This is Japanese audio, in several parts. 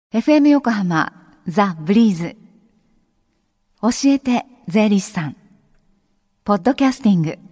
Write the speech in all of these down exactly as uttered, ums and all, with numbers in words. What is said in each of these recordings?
エフエム 横浜ザ・ブリーズ教えて税理士さんポッドキャスティング、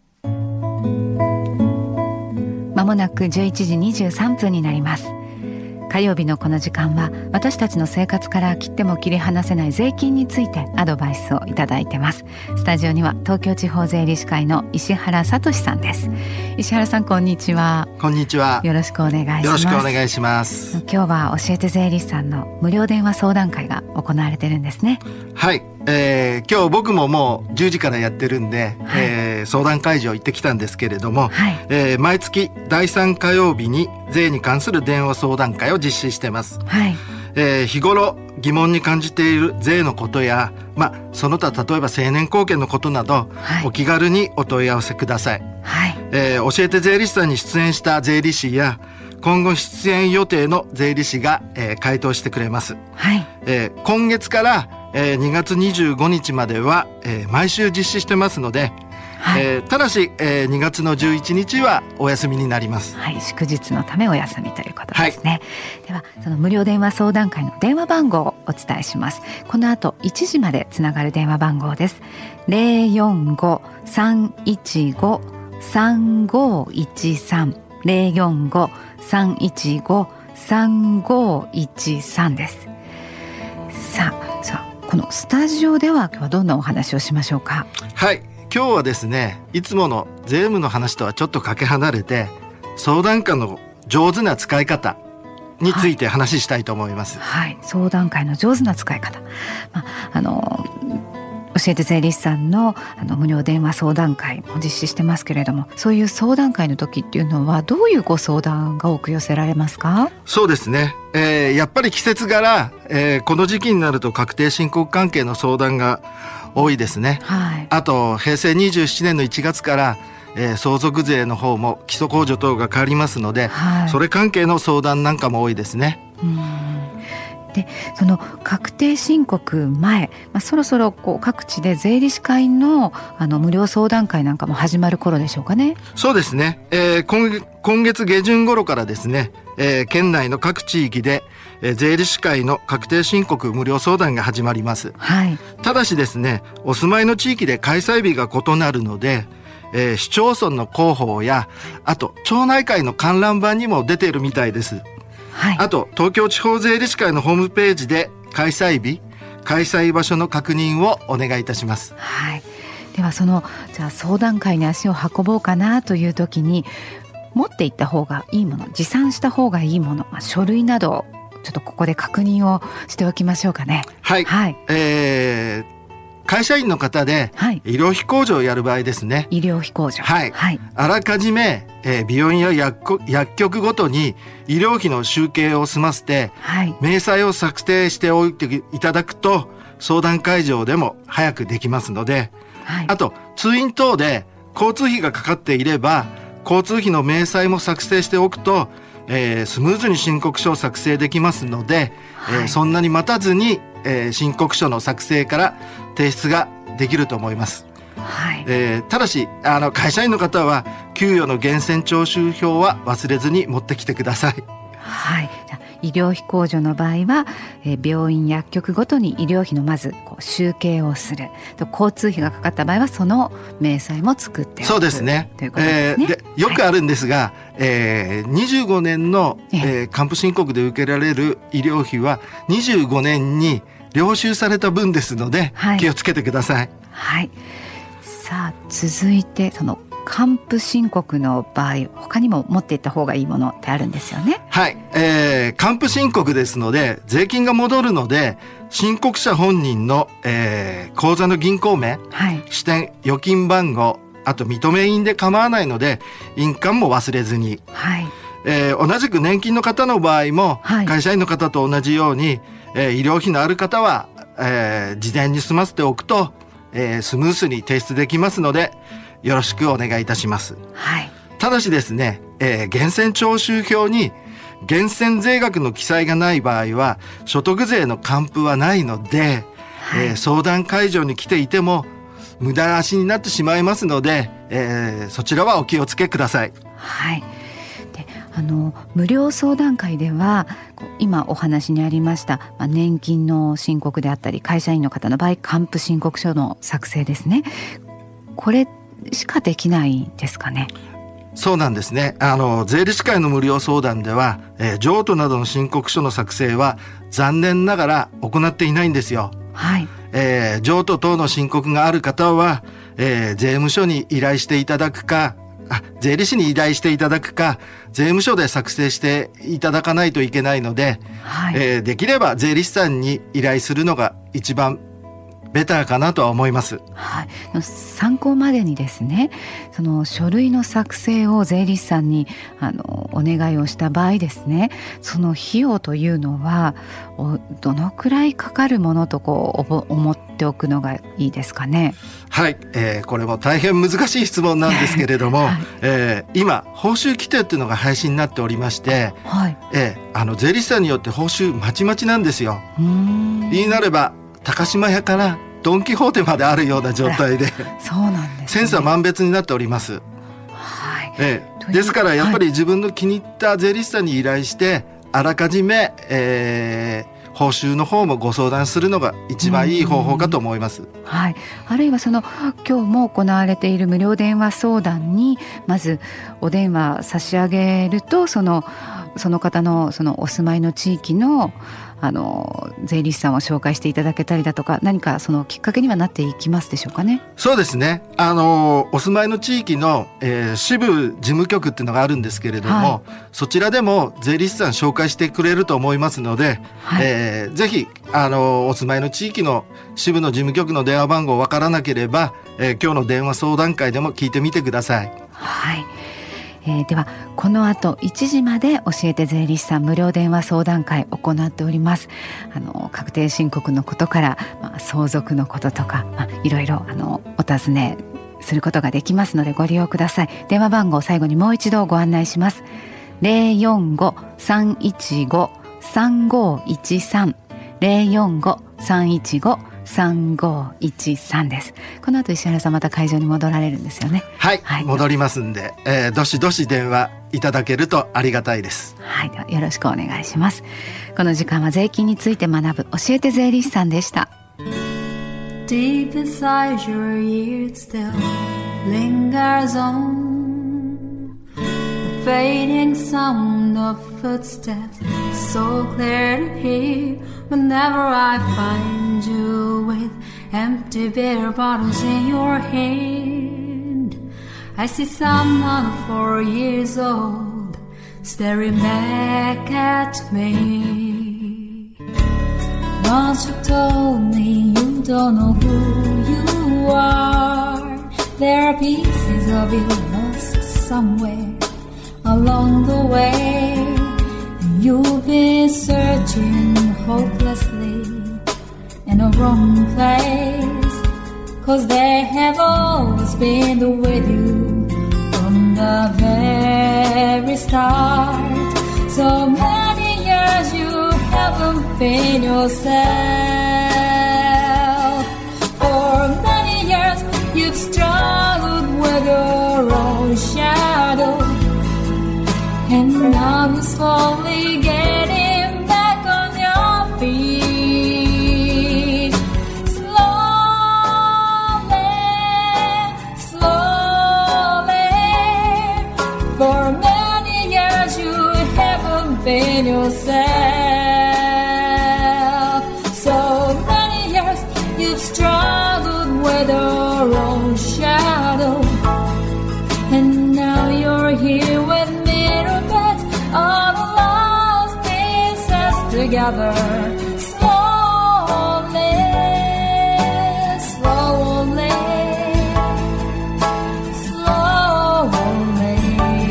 まもなくじゅういちじにじゅうさんぷんになります。火曜日のこの時間は私たちの生活から切っても切り離せない税金についてアドバイスをいただいてます。スタジオには東京地方税理士会の石原聡さんです。石原さん、こんにちは。 こんにちは。 よろしくお願いします。 よろしくお願いします。 今日は教えて税理士さんの無料電話相談会が行われてるんですね。 はい、えー、今日僕ももうじゅうじからやってるんで、はい、えー、相談会場行ってきたんですけれども、はい、えー、毎月だいさん火曜日に税に関する電話相談会を実施してます。はい、えー、日頃疑問に感じている税のことや、まあ、その他例えば成年後見のことなど、はい、お気軽にお問い合わせください。はい、えー、教えて税理士さんに出演した税理士や今後出演予定の税理士が、えー、回答してくれます。はい、えー、今月から、えー、にがつにじゅうごにちまでは、えー、毎週実施してますので、はい、えー、ただし、えー、にがつのじゅういちにちはお休みになります。 はい、祝日のためお休みということですね。はい、ではその無料電話相談会の電話番号をお伝えします。この後いちじまでつながる電話番号です。 ゼロよんご さんいちご さんごいちさん ゼロよんご さんいちご さんごいちさんです。さあ、さあこのスタジオでは今日はどんなお話をしましょうか。 はい、今日はですね、いつもの税務の話とはちょっとかけ離れて相談会の上手な使い方について話したいと思います。 はい、はい、相談会の上手な使い方、まあ、あの教えて税理士さん の, あの無料電話相談会も実施してますけれども、そういう相談会の時っていうのはどういうご相談が多く寄せられますか。 そうですね、えー、やっぱり季節柄、えー、この時期になると確定申告関係の相談が多いですね。はい、あとへいせいにじゅうななねんのいちがつから、えー、相続税の方も基礎控除等が変わりますので、はい、それ関係の相談なんかも多いですね。うん、 でその確定申告前、まあ、そろそろこう各地で税理士会 の, あの無料相談会なんかも始まる頃でしょうかね。 そうですね、えー、今, 今月下旬頃からですね、えー、県内の各地域で、えー、税理士会の確定申告無料相談が始まります。はい、ただしですね、お住まいの地域で開催日が異なるので、えー、市町村の広報やあと町内会の観覧板にも出ているみたいです。はい、あと東京地方税理士会のホームページで開催日開催場所の確認をお願いいたします。 はい、ではそのじゃあ相談会に足を運ぼうかなという時に持っていった方がいいもの、持参した方がいいもの、まあ、書類などちょっとここで確認をしておきましょうかね。 はい、はい、えー会社員の方で医療費控除をやる場合ですね、 医療費控除、 はいはい、あらかじめ、えー、病院や 薬, 薬局ごとに医療費の集計を済ませて、はい、明細を作成しておいていただくと相談会場でも早くできますので、はい、あと通院等で交通費がかかっていれば交通費の明細も作成しておくと、えー、スムーズに申告書を作成できますので、はい、えー、そんなに待たずに、えー、申告書の作成から提出ができると思います。はい、えー、ただしあの会社員の方は給与の源泉徴収票は忘れずに持ってきてください。 はい、じゃ医療費控除の場合は、えー、病院薬局ごとに医療費のまずこう集計をすると、交通費がかかった場合はその明細も作っておく。 そうですね、 ということですね。 えー、でよくあるんですが、はい、えー、にじゅうごねんの、えー、還付申告で受けられる医療費はにじゅうごねんに領収された分ですので、はい、気をつけてください。 はい、さあ続いてその還付申告の場合他にも持っていった方がいいものってあるんですよね。 はい、えー、還付申告ですので税金が戻るので申告者本人の、えー、口座の銀行名、はい、支店、預金番号、あと認め印で構わないので印鑑も忘れずに、はい、えー、同じく年金の方の場合も、はい、会社員の方と同じように、えー、医療費のある方は、えー、事前に済ませておくと、えー、スムースに提出できますのでよろしくお願いいたします。はい、ただしですね、えー、源泉徴収票に源泉税額の記載がない場合は所得税の還付はないので、はい、えー、相談会場に来ていても無駄足になってしまいますので、えー、そちらはお気をつけください。 はい、であの無料相談会では今お話にありました、まあ、年金の申告であったり会社員の方の場合還付申告書の作成ですね、これしかできないんですかね。 そうなんですね。あの税理士会の無料相談では、えー、譲渡などの申告書の作成は残念ながら行っていないんですよ。 はい。 えー、譲渡等の申告がある方は、えー、税務署に依頼していただくか、あ、税理士に依頼していただくか、税務署で作成していただかないといけないので、はい、えー、できれば税理士さんに依頼するのが一番ベターかなとは思います。 はい、参考までにですね、その書類の作成を税理士さんにあのお願いをした場合ですね、その費用というのはどのくらいかかるものとこう思っておくのがいいですかね。 はい、えー、これも大変難しい質問なんですけれども、はい、えー、今報酬規定っていうのが廃止になっておりまして、はい、えー、あの税理士さんによって報酬まちまちなんですよ。うーん、言いなれば高島屋からドンキホーテまであるような状態でそうなんです、ね、 千差万別になっております。はい、ええ、ですからやっぱり自分の気に入った税理士さんに依頼してあらかじめ、えー、報酬の方もご相談するのが一番いい方法かと思います。 はい、あるいはその今日も行われている無料電話相談にまずお電話差し上げるとそのその方のそのお住まいの地域のあの税理士さんを紹介していただけたりだとか、何かそのきっかけにはなっていきますでしょうかね。 そうですね、あのお住まいの地域の、えー、支部事務局っていうのがあるんですけれども、はい、そちらでも税理士さん紹介してくれると思いますので、はい、えー、ぜひあのお住まいの地域の支部の事務局の電話番号わからなければ、えー、今日の電話相談会でも聞いてみてください。 はい、えー、ではこの後いちじまで教えて税理士さん無料電話相談会行っております。あの確定申告のことから、まあ、相続のこととか、まあ、いろいろあのお尋ねすることができますのでご利用ください。電話番号を最後にもう一度ご案内します。 ゼロよんご さんいちご さんごいちさん ゼロよんご さんいちご さんごいちさんです。この後石原さんまた会場に戻られるんですよね。 はい、はい、戻りますんで、えー、どしどし電話いただけるとありがたいです。 はい、ではよろしくお願いします。この時間は税金について学ぶ教えて税理士さんでした。 Deep inside your ear it still lingers on the fading sound of footsteps, so clear to hear whenever I find you with empty beer bottles in your hand. I see someone four years old staring back at me. Once you told me you don't know who you are. There are pieces of you lost somewhere along the way. You've been searching hopelessly in a wrong place, 'cause they have always been with you from the very start. So many years you haven't been yourself. For many years you've struggled with your own shadow, and now you're slowly getting back on your feet. Slowly, slowly. For many years you haven't been yourself. So many years you've struggled with your own shadow, and now you're here with me, all the lost pieces together. Slowly, slowly, slowly,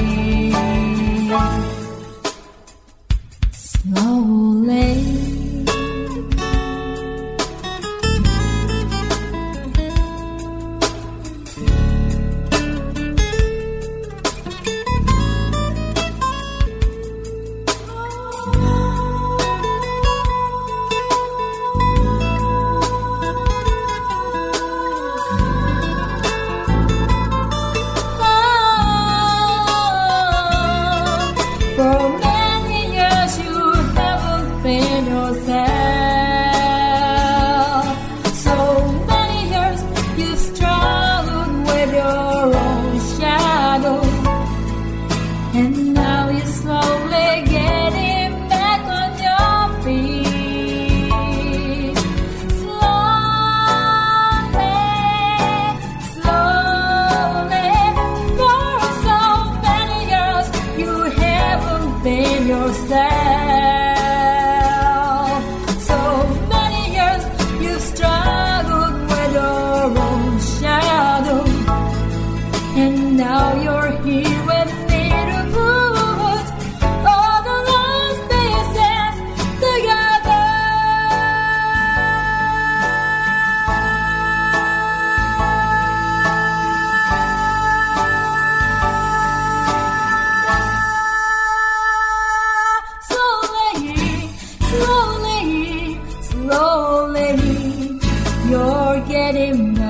slowly. So many years you've struggled with your own shadow, and now you're slowly getting back on your feet. Slowly, slowly, for so many years you haven't been yourself. So many years you've struggled with your own shadow, and now you're here with me to put all the lost pieces together. Slowly, slowly, slowly, you're getting